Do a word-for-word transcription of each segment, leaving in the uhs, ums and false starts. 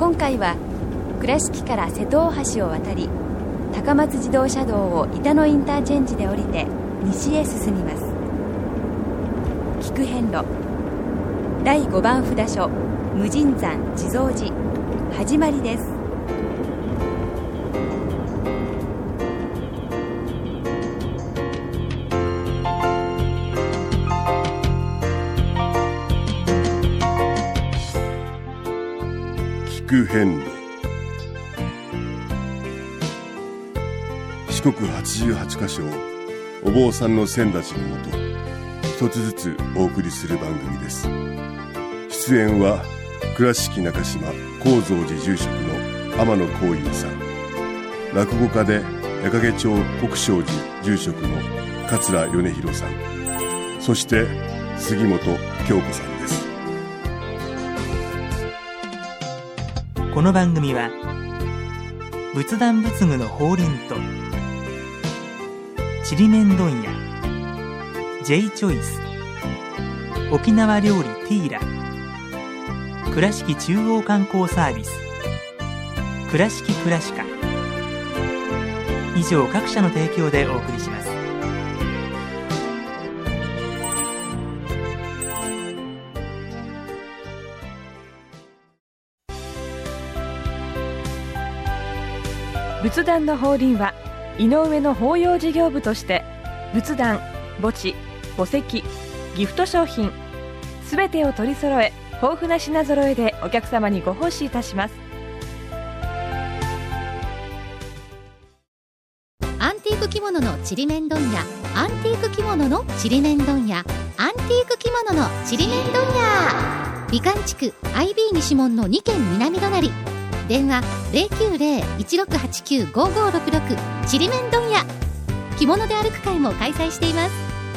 今回は倉敷から瀬戸大橋を渡り、高松自動車道を板野インターチェンジで降りて西へ進みます。菊遍路だいごばん札所無尽山地蔵寺始まりです。 菊遍路、四国はちじゅうはちカ所をお坊さんの先達のもと一つずつお送りする番組です。出演は倉敷中島・高蔵寺住職の天野幸雄さん、落語家で矢掛町国生寺住職の桂米広さん、そして杉本京子さんです。 この番組は仏壇仏具の法輪とちりめん問屋 J チョイス、沖縄料理ティーラ、倉敷中央観光サービス、倉敷クラシカ、以上各社の提供でお送りします。 仏壇の法輪は井上の法要事業部として仏壇、墓地、墓石、ギフト商品すべてを取り揃え、豊富な品揃えでお客様にご奉仕いたします。 アンティーク着物のちりめん問屋、アンティーク着物のちりめん問屋、アンティーク着物のちりめん問屋、美観地区 アイビー 西門のにけん南隣、電話 ゼロきゅうゼロ いちろくはちきゅう ごごろくろく、ちりめん問屋。着物で歩く会も開催しています。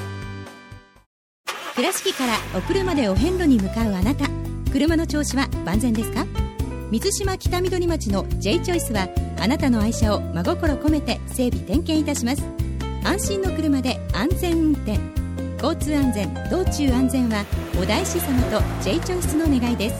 倉敷からお車でお遍路に向かうあなた、車の調子は万全ですか？水島北緑町の J チョイスはあなたの愛車を真心込めて整備点検いたします。安心の車で安全運転、交通安全、道中安全はお大師様と J チョイスの願いです。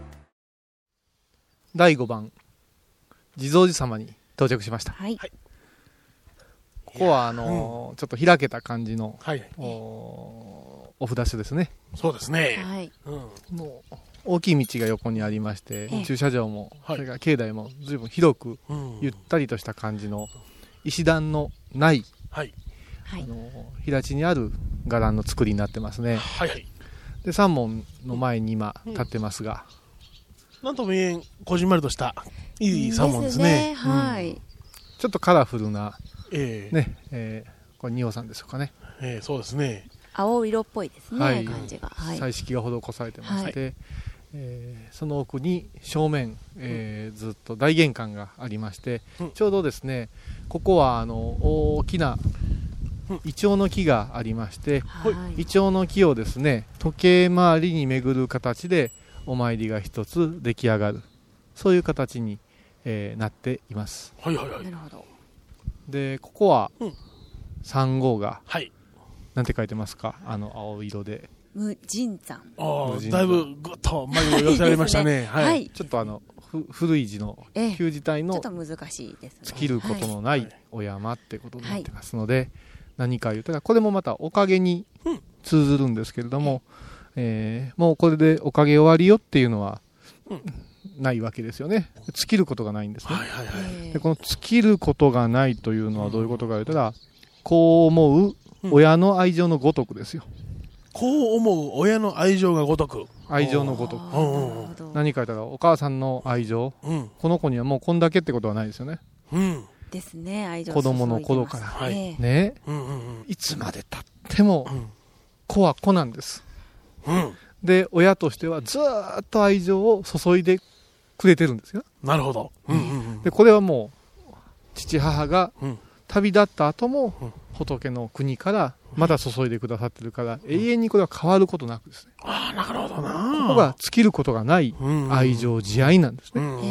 だいごばん地蔵寺様に到着しました。 はい、 ここはあのーうん、ちょっと開けた感じの、はい、お, お札所ですね。 そうですね、 はいうん、もう大きい道が横にありまして、駐車場も、はい、それから境内も随分広く、うん、ゆったりとした感じの石段のない、はい、あのー、平地にある伽藍の作りになってますね。はいはい、でさん門の前に今立ってますが、 うん、なんとも言えんこじんまりとしたいいさん門ですね。ですね、はい、 うん、ちょっとカラフルな、 えーねえー、これ仁王さんでしょうかね。 えー、そうですね、 青色っぽいですね、はい、感じが、 はい、彩色が施されてまして、はい、えー、その奥に正面、えー、ずっと大玄関がありまして、うん、ちょうどですね、ここはあの大きなイチョウの木がありまして、はい、イチョウの木をですね時計回りに巡る形でお参りが一つ出来上がる、そういう形に、えー、なっています。 はいはいはい、 なるほど。 でここは、うん、さん号が、 はい、 なんて書いてますか？あの青色で無尽山。 ああ、だいぶぐっと前に寄せられましたね。はい、はい、 ちょっとあのふ古い字の旧字体の、 ちょっと難しいですね。 尽きることのないお山ってことになってますので、はい、何か言うたらこれもまたおかげに通ずるんですけれども、うん、えー、もうこれでおかげ終わりよっていうのは、うん、ないわけですよね。尽きることがないんですね。はいはいはい、でこの尽きることがないというのはどういうことか言うたら、こう思う親の愛情のごとくですよ。 こう思う親の愛情がごとく、 愛情のごとく、何か言ったらお母さんの愛情、うん、この子にはもうこんだけってことはないですよね。 うん、 ですね、愛情子供の頃から、はい、ね、うんうんうん、いつまでたっても、うん、子は子なんです、うん、で親としてはずーっと愛情を注いでくれてるんですよ。 なるほど、うんうんうん、 でこれはもう父母が旅立った後も、うん、仏の国からまだ注いでくださってるから、うん、永遠にこれは変わることなくですね、 ああ、なるほどな、 ここが尽きることがない愛情、慈愛なんですね、うんうん、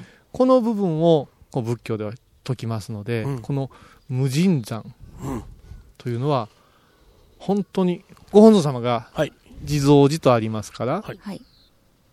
この部分をこう仏教では説きますので、うん、この無尽山というのは本当にご本尊様が地蔵寺とありますから、はい、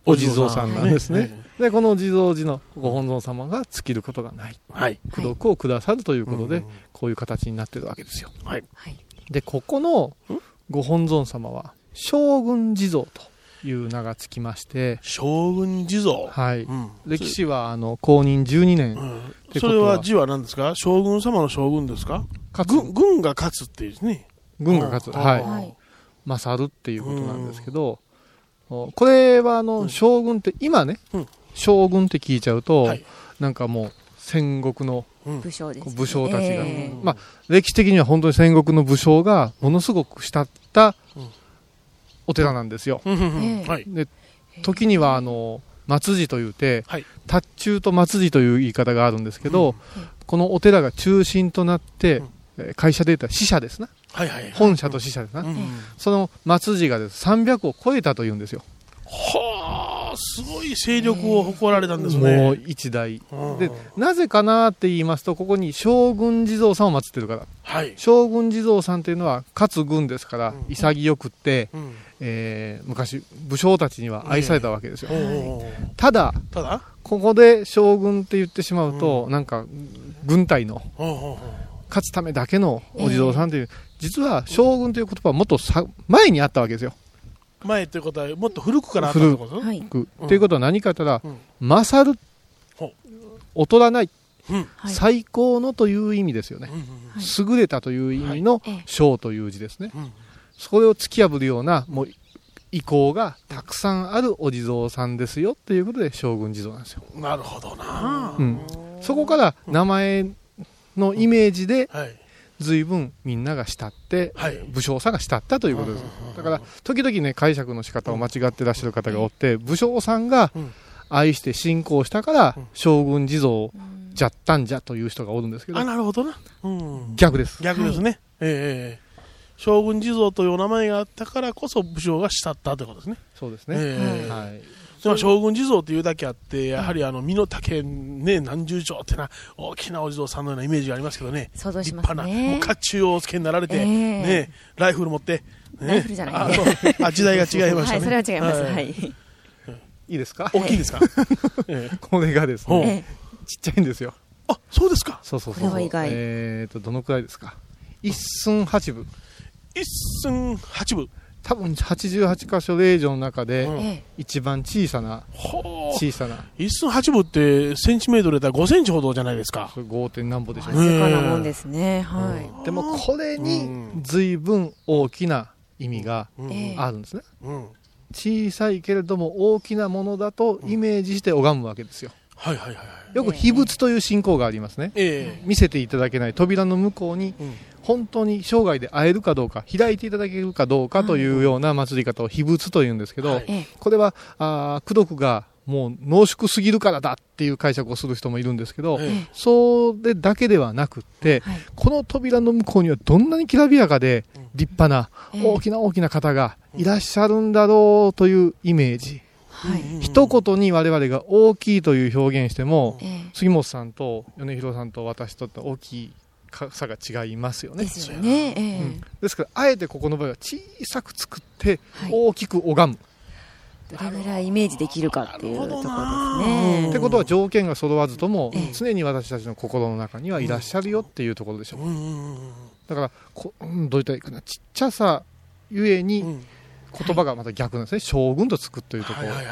お地蔵さんなんですね。 ねでこのお地蔵寺のご本尊様が尽きることがない、 はい。 功徳をくださるということで、 うんこういう形になってるわけですよ。 はい。 でここのご本尊様は将軍地蔵という名がつきまして、 将軍地蔵。 はいうん歴史はあの公認じゅうにねん、 うんてことはそれは字は何ですか？将軍様の将軍ですか？ 勝つ軍軍が勝つっていうですね。 軍が勝つ、 うんはい、 はい勝るっていうことなんですけど、おこれはあの、 うん、 将軍って今ね、 うん、 将軍って聞いちゃうと、 はい、 なんかもう戦国の武将です、ね、 武将たちが、 えーまあ、歴史的には本当に戦国の武将がものすごく慕ったお寺なんですよ。 うんうんはい、 で時にはあの松寺というて、 はい、 達中と松寺という言い方があるんですけど、うん、このお寺が中心となって、うん、会社で言ったら支社ですな、はいはいはい、本社と支社ですな、うん、その松寺がですさんびゃくを超えたというんですよ。 はあ、すごい勢力を誇られたんですね。 もう一代で、なぜかなって言いますと、ここに将軍地蔵さんを祀ってるから、はい、将軍地蔵さんというのは勝つ軍ですから、うん、潔くって、うんえー、昔武将たちには愛されたわけですよ、うんはい、ただただここで将軍って言ってしまうと、うん、なんか軍隊の勝つためだけのお地蔵さんという、えー、実は将軍という言葉はもっとさ前にあったわけですよ。 前ということはもっと古くからあったってこと？ 古く、はい、ということは何かと言ったら、うん、勝る、劣らない、うん、最高のという意味ですよね、はい、優れたという意味の将という字ですね、はい、それを突き破るようなもう意向がたくさんあるお地蔵さんですよということで将軍地蔵なんですよ。 なるほどな、 うん、そこから名前のイメージで、うんはい随分みんなが慕って、はい、武将さんが慕ったということです。だから時々ね解釈の仕方を間違ってらっしゃる方がおって、武将さんが愛して信仰したから将軍地蔵じゃったんじゃという人がおるんですけど、 あなるほどな、うん、 逆です逆ですね、はいえー、将軍地蔵というお名前があったからこそ武将が慕ったということですね。 そうですね、 えーはい将軍地蔵というだけあってやはりあの身の丈、ね、何十丈ってな大きなお地蔵さんのようなイメージがありますけどね。 想像しますね。 立派なもう甲冑をおつけになられて、えーね、ライフル持って、ね、 ライフルじゃない、ね、 ああ時代が違いましたね。 はいそれは違います、はいはい、 いいですか。 大きいですか、 えー、これがですね、えー、ちっちゃいんですよ。 あそうですか。 そうそうそうこれは意外。 えーとどのくらいですか。一寸八分一寸八分多分はちじゅうはち箇所霊場の中で一番小さな、うん、小さな一寸八分ってセンチメートルだったらごセンチほどじゃないですか。 ごてん何歩でしょうね。静かなもんですね、はいうん、でもこれに随分大きな意味があるんですね、うん、小さいけれども大きなものだとイメージして拝むわけですよ、 はいはいはいはい、 よく秘仏という信仰がありますね、えー、見せていただけない扉の向こうに、うん本当に生涯で会えるかどうか開いていただけるかどうかというような祭り方を秘仏というんですけど、はい、これはあ功徳がもう濃縮すぎるからだっていう解釈をする人もいるんですけど、ええ、それだけではなくって、はい、この扉の向こうにはどんなにきらびやかで立派な大きな大きな方がいらっしゃるんだろうというイメージ、はい、一言に我々が大きいという表現しても、ええ、杉本さんと米広さんと私とって大きい差が違いますよね。 ですよね、えーうん、 ですからあえてここの場合は小さく作って大きく拝む、 はい、どれぐらいイメージできるかっていうところですね。 ってことは条件が揃わずとも、えー、常に私たちの心の中にはいらっしゃるよっていうところでしょう、うん、だからこ、うん、どういったらいいかな、ちっちゃさゆえに言葉がまた逆なんですね、はい、将軍とつくというところ。は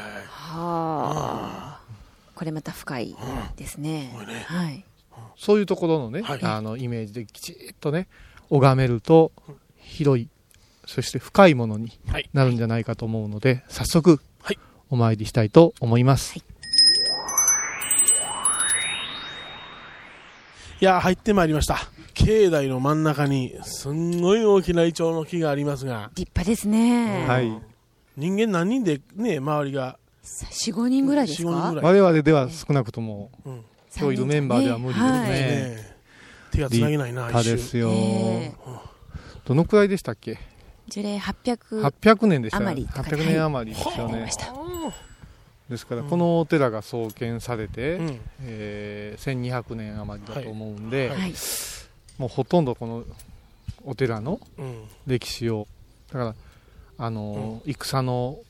あ、これまた深いですね、うんね、はいそういうところのね、はい、あのイメージできちっとね拝めると広いそして深いものになるんじゃないかと思うので、はい、早速、はい、お参りしたいと思います、はい、 いや入ってまいりました。境内の真ん中にすんごい大きなイチョウの木がありますが立派ですね、 はい、 人間何人でね周りがよん、ごにんぐらいですか。 我々では少なくとも、うん今日いるメンバーでは無理ですね、はい、 手がつなげないな。 立派ですよ、えー、どのくらいでしたっけ。 樹齢はっぴゃくはっぴゃくねんでした余りはっぴゃくねん余りですよね、はい、ですからこのお寺が創建されて、うんえー、せんにひゃくねん余りだと思うんで、はいはい、もうほとんどこのお寺の歴史をだからあの、うん、戦の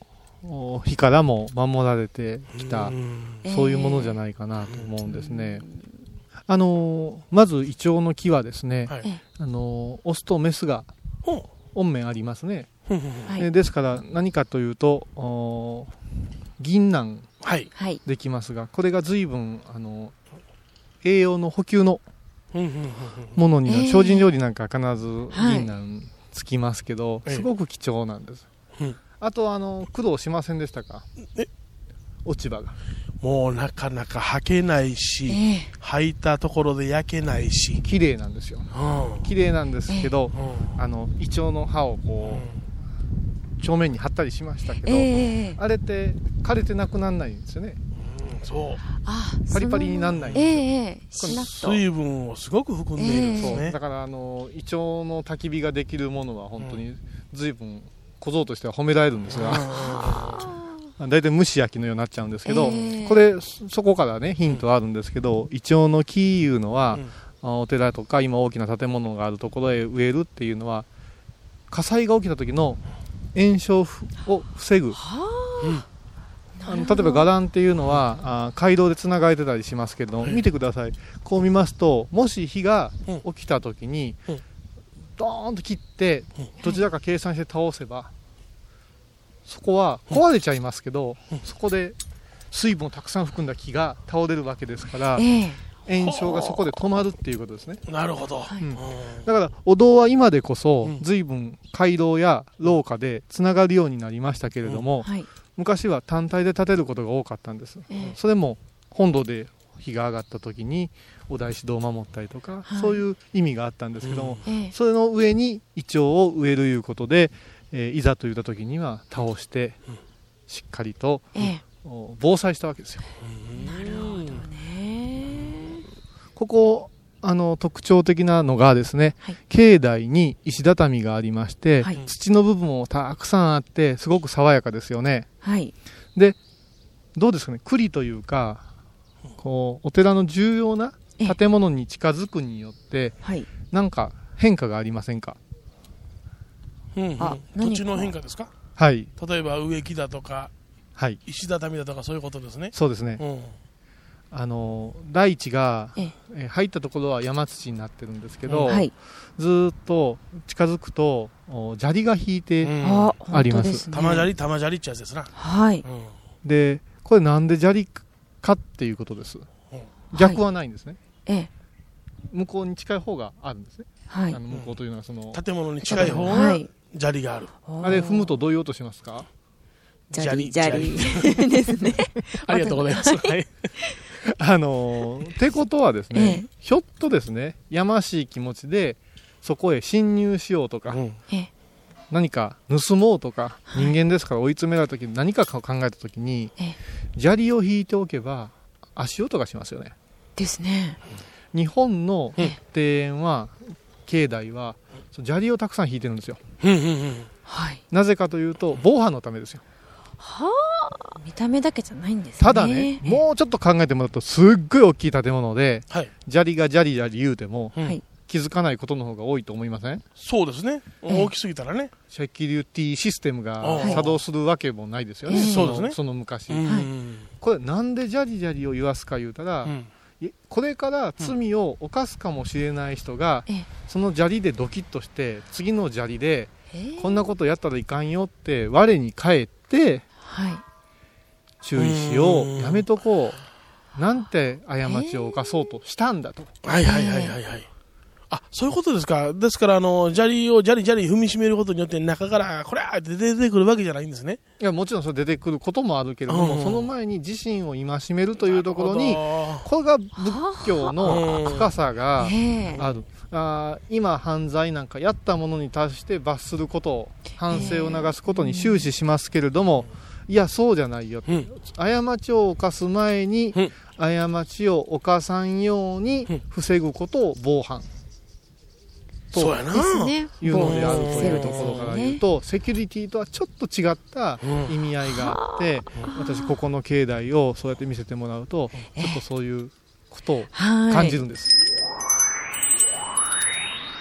火からも守られてきた、 うんそういうものじゃないかなと思うんですね。あのまずイチョウの木はですね、 はいあのオスとメスがほ音面ありますね。 うほうほうはいえですから何かというとお銀杏はいはいできますが、これが随分あの栄養の補給のほうほうほうほうものになる、 えー精進料理なんか必ずはい銀杏つきますけど、 ええすごく貴重なんです。 うんあとあの苦労しませんでしたか？ え落ち葉がもうなかなか履けないし、 え履いたところで焼けないし、 綺麗なんですよ。 うん綺麗なんですけど、 うんあのイチョウの葉をこう正面に貼ったりしましたけえど、 ええあれって枯れてなくならないんですよね。 うんそうあパリパリになんないんえですよ。 えええしなっと水分をすごく含んでいるんですね、 そうだからあのイチョウの焚き火ができるものは本当に随分小僧としては褒められるんですが、大体蒸し焼きのようになっちゃうんですけど、 ええこれそこからねヒントあるんですけど、イチョウの木いうのは、あお寺とか今大きな建物があるところへ植えるっていうのは火災が起きた時の延焼を防ぐ。あの例えば伽藍っていうのはあ街道でつながれてたりしますけど、見てください。こう見ますともし火が起きた時に、 うんドーンと切ってどちらか計算して倒せば、そこは壊れちゃいますけど、そこで水分をたくさん含んだ木が倒れるわけですから、 ええ炎症がそこで止まるっていうことですね。 なるほど、 はいうんだからお堂は今でこそ随分街道や廊下でつながるようになりましたけれども、 はい昔は単体で建てることが多かったんです。 ええそれも本堂で火が上がった時にお大師堂を守ったりとか、 はいそういう意味があったんですけども、 ええそれの上にイチョウを植えるいうことで、えーいざといった時には倒してしっかりと、 ええお防災したわけですよ。 なるほどね。 ここあの特徴的なのがですね、 はい境内に石畳がありまして、 はい土の部分もたくさんあってすごく爽やかですよね。 はいでどうですかね、栗というかこうお寺の重要な建物に近づくによってはいなんか変化がありませんか？ うんうんあ何か土地の変化ですか？ はい例えば植木だとかはい石畳だとかそういうことですね。 そうですね。 うんあの大地が、 ええー入ったところは山土になってるんですけど、 はいずーっと近づくとお砂利が引いて、 うんああります本当ですね玉砂利玉砂利ってやつですな。 はいうんでこれなんで砂利かっていうことです。逆はないんですね。 ええ向こうに近い方があるんですね。 はいあの向こうというのはその、 建物に近い方はがい砂利がある。 あれ踏むとどういう音しますか？ 砂利砂砂利利ですね。 ありがとうございます。はい。 あのーってことはですね、 ええひょっとですねやましい気持ちでそこへ侵入しようとか、 うんええ何か盗もうとか、 はい人間ですから追い詰められた時に何か考えた時にええ砂利を引いておけば足音がしますよね。 ですね。 日本のうん庭園は、境内はそう砂利をたくさん引いてるんですよ。 うんうんうんはい。 なぜかというと防犯のためですよ。 はあ、見た目だけじゃないんですね。 ただね、もうちょっと考えてもらうとすっごい大きい建物ではい。 砂利が砂利砂利言うてもうんはい気づかないことの方が多いと思いません？ そうですね。 ええ大きすぎたらね。 セキュリティシステムがはい作動するわけもないですよね、 ええそのそうですねその昔、 うんはいこれなんでジャリジャリを言わすか言うたら、 うんいこれから罪を犯すかもしれない人が、 ええその砂利でドキッとして次の砂利でええこんなことやったらいかんよって我に返ってはい。 注意しよう、やめとこう、なんて過ちを犯そうとしたんだと、 はいはいはいはいはい。あ、そういうことですか。ですから、あの、砂利を砂利砂利踏みしめることによって中から、これーって出てくるわけじゃないんですね。 いやもちろんそれ出てくることもあるけれども、 うんその前に自身を戒めるというところになるほこれが仏教の深さがええある。あー今犯罪なんかやったものに対して罰すること反省を流すことに終始しますけれども、いやそうじゃないよ、 どうん過ちを犯す前にうん過ちを犯さんように防ぐことを防犯そうやな。 ですね。 いうのであるというと防ころから止言うと、セキュリティとはちょっと違った意味合いがあって、私ここの境内をそうやって見せてもらうとちょっとそういうことをはい。 感じるんです。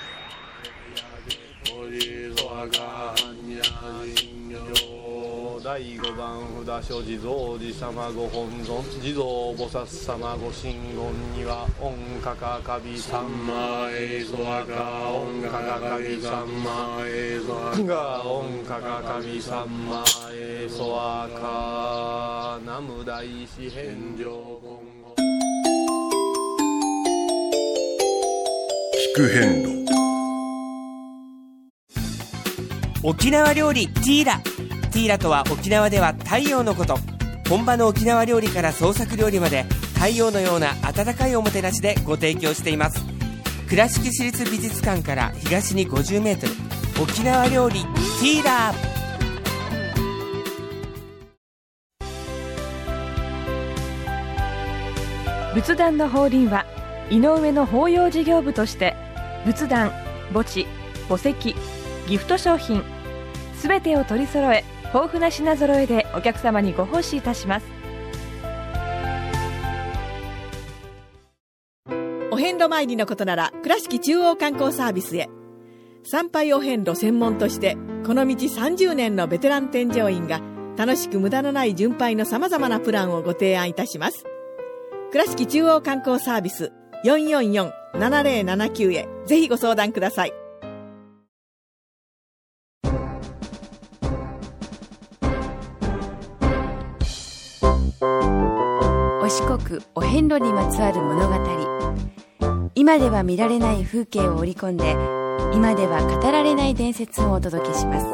大だいごばん札所地蔵寺様ご本尊地蔵菩薩様ご神言には御かかかびさんまえぞわが御かかかびさんまえぞわが御かかかびさんまえそわか南無大師返上言語聞く遍路。 沖縄料理ティーラ。ティーラとは沖縄では太陽のこと。本場の沖縄料理から創作料理まで太陽のような温かいおもてなしでご提供しています。倉敷市立美術館から東にごじゅうメートル、沖縄料理ティーラ。 仏壇の法輪は井上の法要事業部として仏壇、墓地、墓石、ギフト商品すべてを取り揃え、豊富な品揃えでお客様にご奉仕いたします。 お遍路参りのことなら倉敷中央観光サービスへ。参拝お遍路専門としてこの道さんじゅうねんのベテラン添乗員が楽しく無駄のない巡拝のさまざまなプランをご提案いたします。倉敷中央観光サービス よんよんよんななぜろななきゅう へぜひご相談ください。 お四国お遍路にまつわる物語。今では見られない風景を織り込んで、今では語られない伝説をお届けします。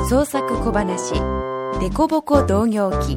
創作小話デコボコ同業記。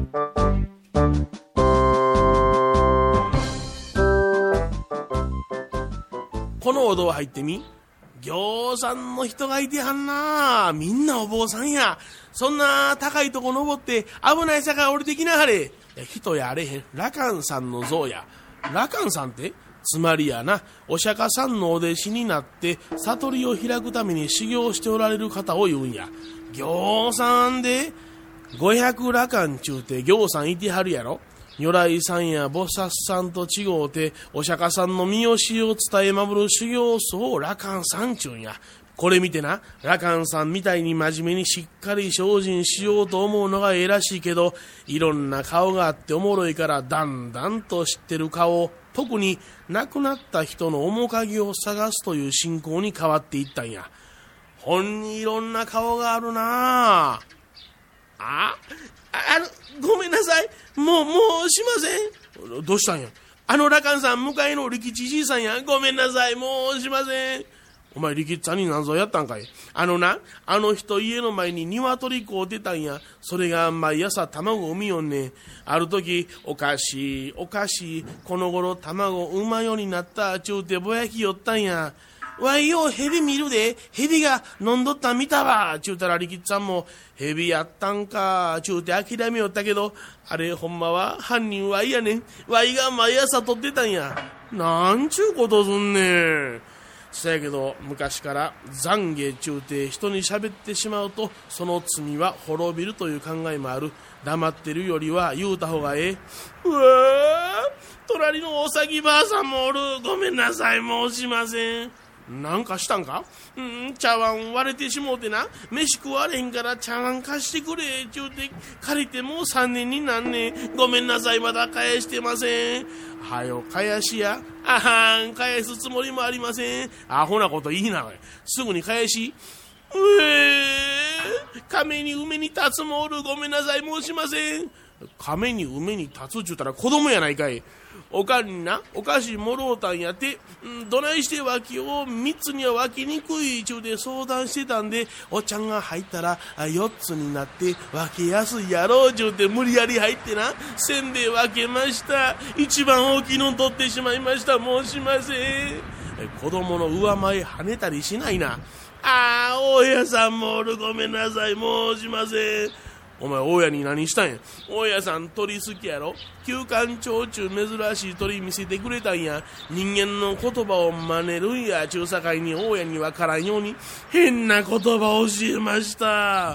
このお堂入ってみ。ぎょうさんの人がいてはんな。みんなお坊さんや。そんな高いとこ登って危ない坂降りてきなはれ。人やあれへん羅漢さんの像や。羅漢さんってつまりやな、お釈迦さんのお弟子になって悟りを開くために修行しておられる方を言うんや。ぎょうさんでごひゃく羅漢ちゅうてぎょうさんいてはるやろ。如来さんや菩薩さんと違うてお釈迦さんの見教えを伝え守る修行僧を羅漢さんちゅうんや。これ見てな、羅漢さんみたいに真面目にしっかり精進しようと思うのがええらしいけど、いろんな顔があっておもろいからだんだんと知ってる顔、特に亡くなった人の面影を探すという信仰に変わっていったんや。ほんにいろんな顔があるなあ。ああの、ごめんなさい。もう、もうしません。どうしたんや。あの羅漢さん、向かいの力士じいさんや。ごめんなさい。もうしません。お前力士さんに何ぞやったんかい。あのな、あの人家の前に鶏こう出たんや。それが毎朝卵産みよんねん。ある時、おかしい、おかしい、この頃卵産まんようになったちゅうてぼやきよったんや。わいよ、蛇見るで、蛇が飲んどったん見たわちゅうたら力士さんも、蛇やったんかちゅうて諦めよったけど、あれほんまは犯人わいやねん。わいが毎朝取ってたんや。なんちゅうことすんねん。そやけど昔から懺悔ちゅうて人に喋ってしまうとその罪は滅びるという考えもある。黙ってるよりは言うた方がええ。うわー、隣のおさぎばあさんもおる。ごめんなさい、申しません。なんかしたんか。うん、茶碗割れてしもうてな、飯食われへんから茶碗貸してくれちゅうて借りてもうさんねんになんねん。ごめんなさい、まだ返してません。はよ返しや。あはん、返すつもりもありません。アホなこと言いな。すぐに返し。うえー、亀に梅に立つもおる。ごめんなさい、申しません。亀に梅に立つちゅうたら子供やないかい。おかんにな、お菓子もろうたんやって、んどないして脇をみっつには分けにくいちゅうで相談してたんで、おっちゃんが入ったらよっつになって分けやすいやろうちゅうて無理やり入ってな、せんべい分けました。一番大きいの取ってしまいました。申しません。子供の上前跳ねたりしないな。ああ、大家さんもおる。ごめんなさい、申しません。お前大家に何したんや。大家さん鳥好きやろ。休館長中珍しい鳥見せてくれたんや。人間の言葉を真似るんやちゅうさかいに大家にわからんように変な言葉を教えました。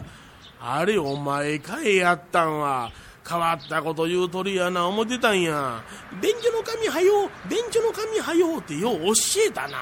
あれお前かいやったんは。変わったこと言う鳥やな思ってたんや。便所の神はよ便所の神はよってよう教えたな。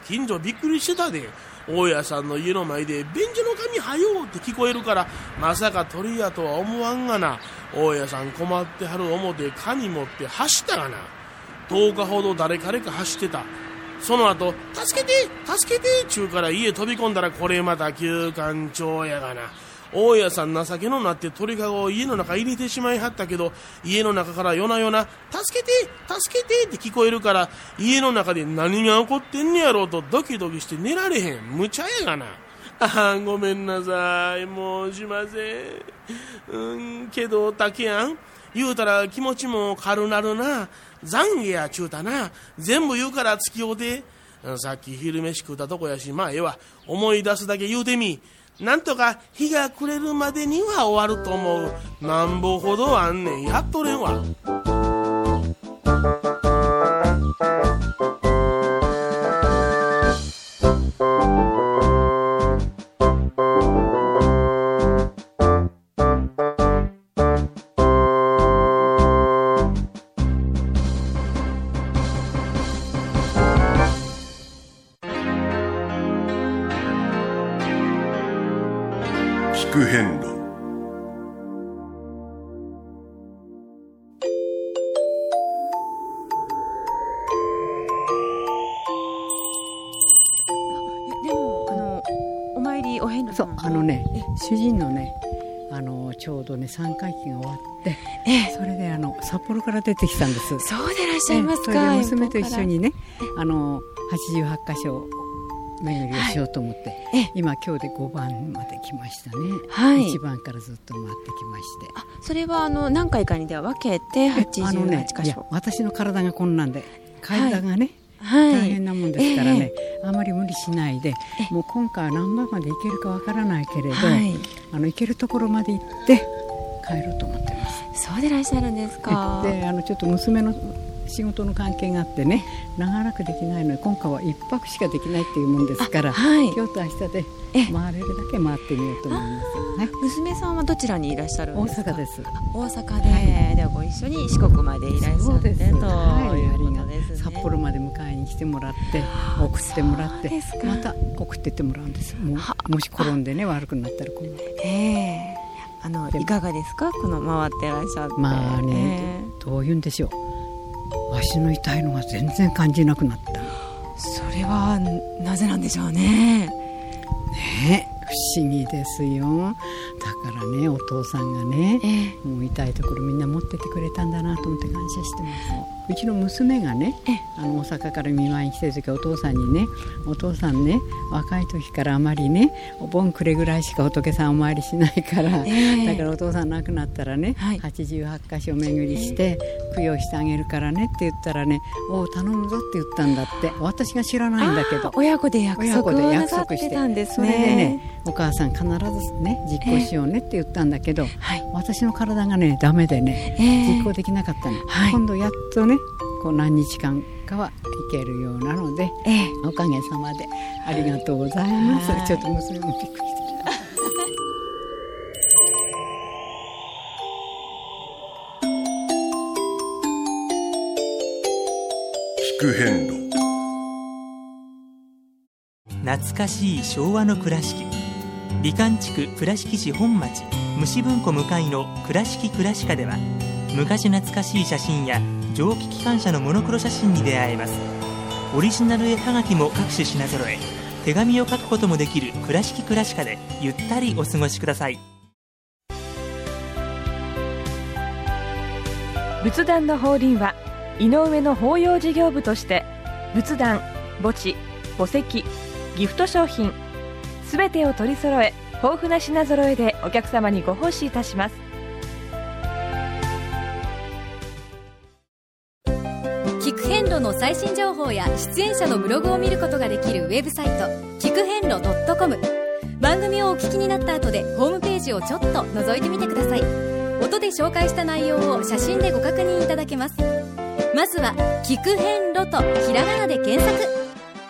近所びっくりしてたで。大家さんの家の前で便所の紙はようって聞こえるから、まさか鳥やとは思わんがな。大家さん困ってはる思て紙持って走ったがな。とおかほど誰彼か走ってた。その後助けて助けてちゅうから家飛び込んだら、これまた休館長やがな。大家さん情けのなって鳥かごを家の中入れてしまいはったけど、家の中から夜な夜な助けて助けてって聞こえるから、家の中で何が起こってんねやろうとドキドキして寝られへん。無茶やがな。ああごめんなさい、申しません。うんけど竹やん言うたら気持ちも軽なるな。懺悔やちゅうたな。全部言うから付き合うて。さっき昼飯食うたとこやし、まあええわ、思い出すだけ言うてみ。なんとか日が暮れるまでには終わると思う。なんぼほどあんねん、やっとれんわ。 聞く遍路。 でもあのお参りお遍路さん、 そうあのね主人のねあのちょうどねさんかい忌が終わって、 えそれであの札幌から出てきたんです。 そうでいらっしゃいますか。 それで娘と一緒にねあのはちじゅうはちかしょ巡りをしようと思って、はい、今今日でごばんまで来ましたね、はい、いちばんからずっと回ってきまして。 あそれはあの何回かにでは分けてはちじゅうはちかしょ、ね、いや私の体がこんなんで階段がね、はい、大変なもんですからね、えー、あまり無理しないで、もう今回は何番まで行けるかわからないけれど、はい、あの行けるところまで行って帰ろうと思ってます。 そうでいらっしゃるんですか。 であのちょっと娘の仕事の関係があってね長らくできないので今回はいっぱくしかできないっていうもんですから、はい、今日と明日で回れるだけ回ってみようと思います、ね、 娘さんはどちらにいらっしゃるんですか。 大阪です。 大阪で、はい、ではご一緒に四国までいらっしゃるということですね、 はい、札幌まで迎えに来てもらって送ってもらってまた送ってってもらうんです。もうもし転んでね悪くなったらこう、 えー、あのいかがですかこの回ってらっしゃって。 まあね、えー、どういうんでしょう、足の痛いのが全然感じなくなった。 それはなぜなんでしょうね。 ねえ不思議ですよ。だからねお父さんがね、えー、もう痛いところみんな持っててくれたんだなと思って感謝してます。うちの娘がね、あの大阪から見舞いに来てる時はお父さんにね、お父さんね若い時からあまりねお盆くれぐらいしか仏さんお参りしないから、えー、だからお父さん亡くなったらね、はい、はちじゅうはちかしょ巡りして供養してあげるからねって言ったらね、お頼むぞって言ったんだって。私が知らないんだけど親子で約束をなさってたんですね。 それでねお母さん必ずね実行しようねって言ったんだけど、えーはい、私の体がねダメでね、えー、実行できなかったの、はい、今度やっとねこう何日間かはいけるようなので、えー、おかげさまでありがとうございます。ちょっと娘もびっくりして聞く遍路。 懐かしい昭和の倉敷、美観地区倉敷市本町虫文庫向かいの倉敷倉歯科では、昔懐かしい写真や蒸気機関車のモノクロ写真に出会えます。オリジナル絵はがきも各種品揃え、手紙を書くこともできる倉敷倉歯科でゆったりお過ごしください。 仏壇の法輪は井上の法要事業部として仏壇、墓地、墓石、ギフト商品すべてを取り揃え、豊富な品揃えでお客様にご奉仕いたします。 聞く遍路の最新情報や出演者のブログを見ることができるウェブサイト聞く遍路 .com。 番組をお聞きになった後でホームページをちょっと覗いてみてください。音で紹介した内容を写真でご確認いただけます。まずは聞く遍路とひらがなで検索。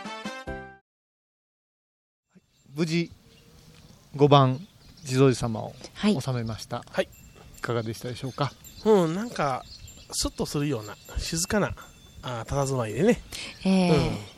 無事ごばん地蔵寺様を収めました、はい、いかがでしたでしょうか。 うん、なんかスッとするような静かなあ佇まいでね、 えーうん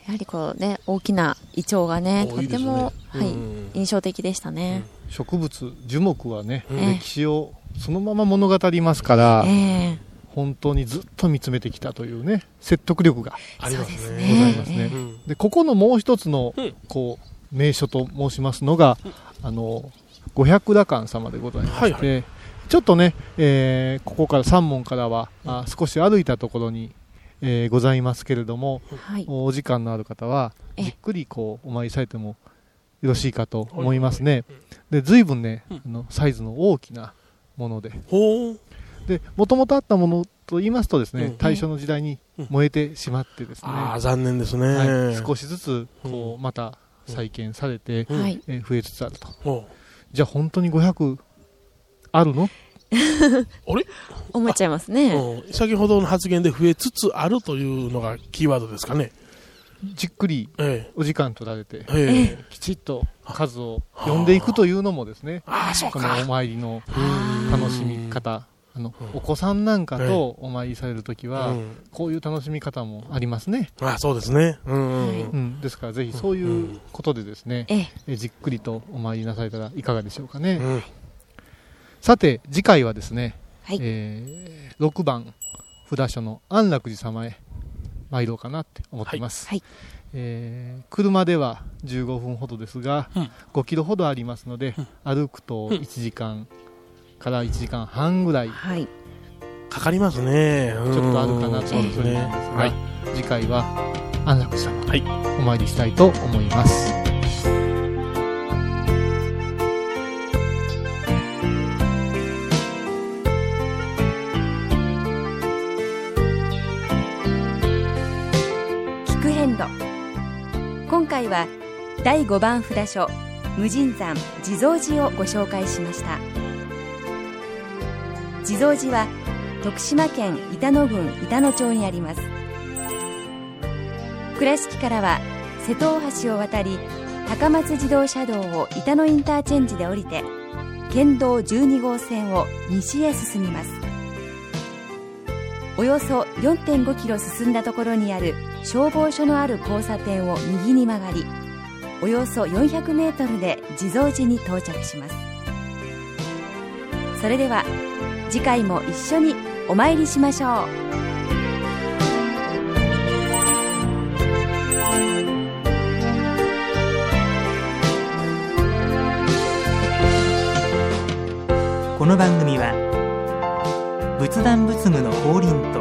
やはりこうね大きなイチョウがねとても、 ね、 はい、 うん、 印象的でしたね、 うん、植物樹木はね、 うん、 歴史をそのまま物語りますから、 えー、 本当にずっと見つめてきたというね説得力がありますね、 ございますね、えー、でここのもう一つのこう名所と申しますのが、うん、あの五百羅漢様でございまして、はいはい、ちょっとね、えー、ここから三門からは、うん、あ少し歩いたところに、えー、ございますけれども、はい、お時間のある方はじっくりこうお参りされてもよろしいかと思いますね。で随分ね、うん、あのサイズの大きなものででもともとあったものと言いますとですね、うん、大正の時代に燃えてしまってですね、うん、 あ残念ですね、 はい、少しずつこうまた再建されて、うんえー、増えつつあると、うん、じゃあ本当にごひゃくあるのあれ思っちゃいますね、 うん、先ほどの発言で増えつつあるというのがキーワードですかね。 じっくりお時間取られて、 ええ、 きちっと数を読んでいくというのもですね、 あそうかこのお参りの楽しみ方、あのお子さんなんかとお参りされるときは、うん、こういう楽しみ方もありますね。 あそうですね、うんうんうんうん、ですからぜひそういうことでですね、ええ、じっくりとお参りなされたらいかがでしょうかね、うん、さて次回はですね、はいえー、ろくばん札所の安楽寺様へ参ろうかなって思っています、はいえー、車ではじゅうごふんほどですが、うん、ごキロほどありますので、うん、歩くといちじかんからいちじかんはんぐらい、はい、 かかりますね。 ちょっとあるかなというふうに思いますが、はい、次回は安楽寺様、はい、お参りしたいと思います。 今回はだいごばん札所無尽山地蔵寺をご紹介しました。地蔵寺は徳島県板野郡板野町にあります。倉敷からは瀬戸大橋を渡り高松自動車道を板野インターチェンジで降りて県道じゅうにごう線を西へ進みます。およそ よんてんごキロ進んだところにある消防署のある交差点を右に曲がり、およそよんひゃくメートルで地蔵寺に到着します。それでは次回も一緒にお参りしましょう。 この番組は仏壇仏具の法輪と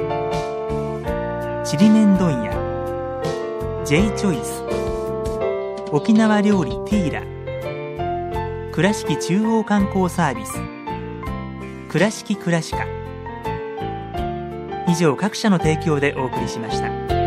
ちりめん問屋 J チョイス沖縄料理ティーラ倉敷中央観光サービス倉敷倉歯科以上各社の提供でお送りしました。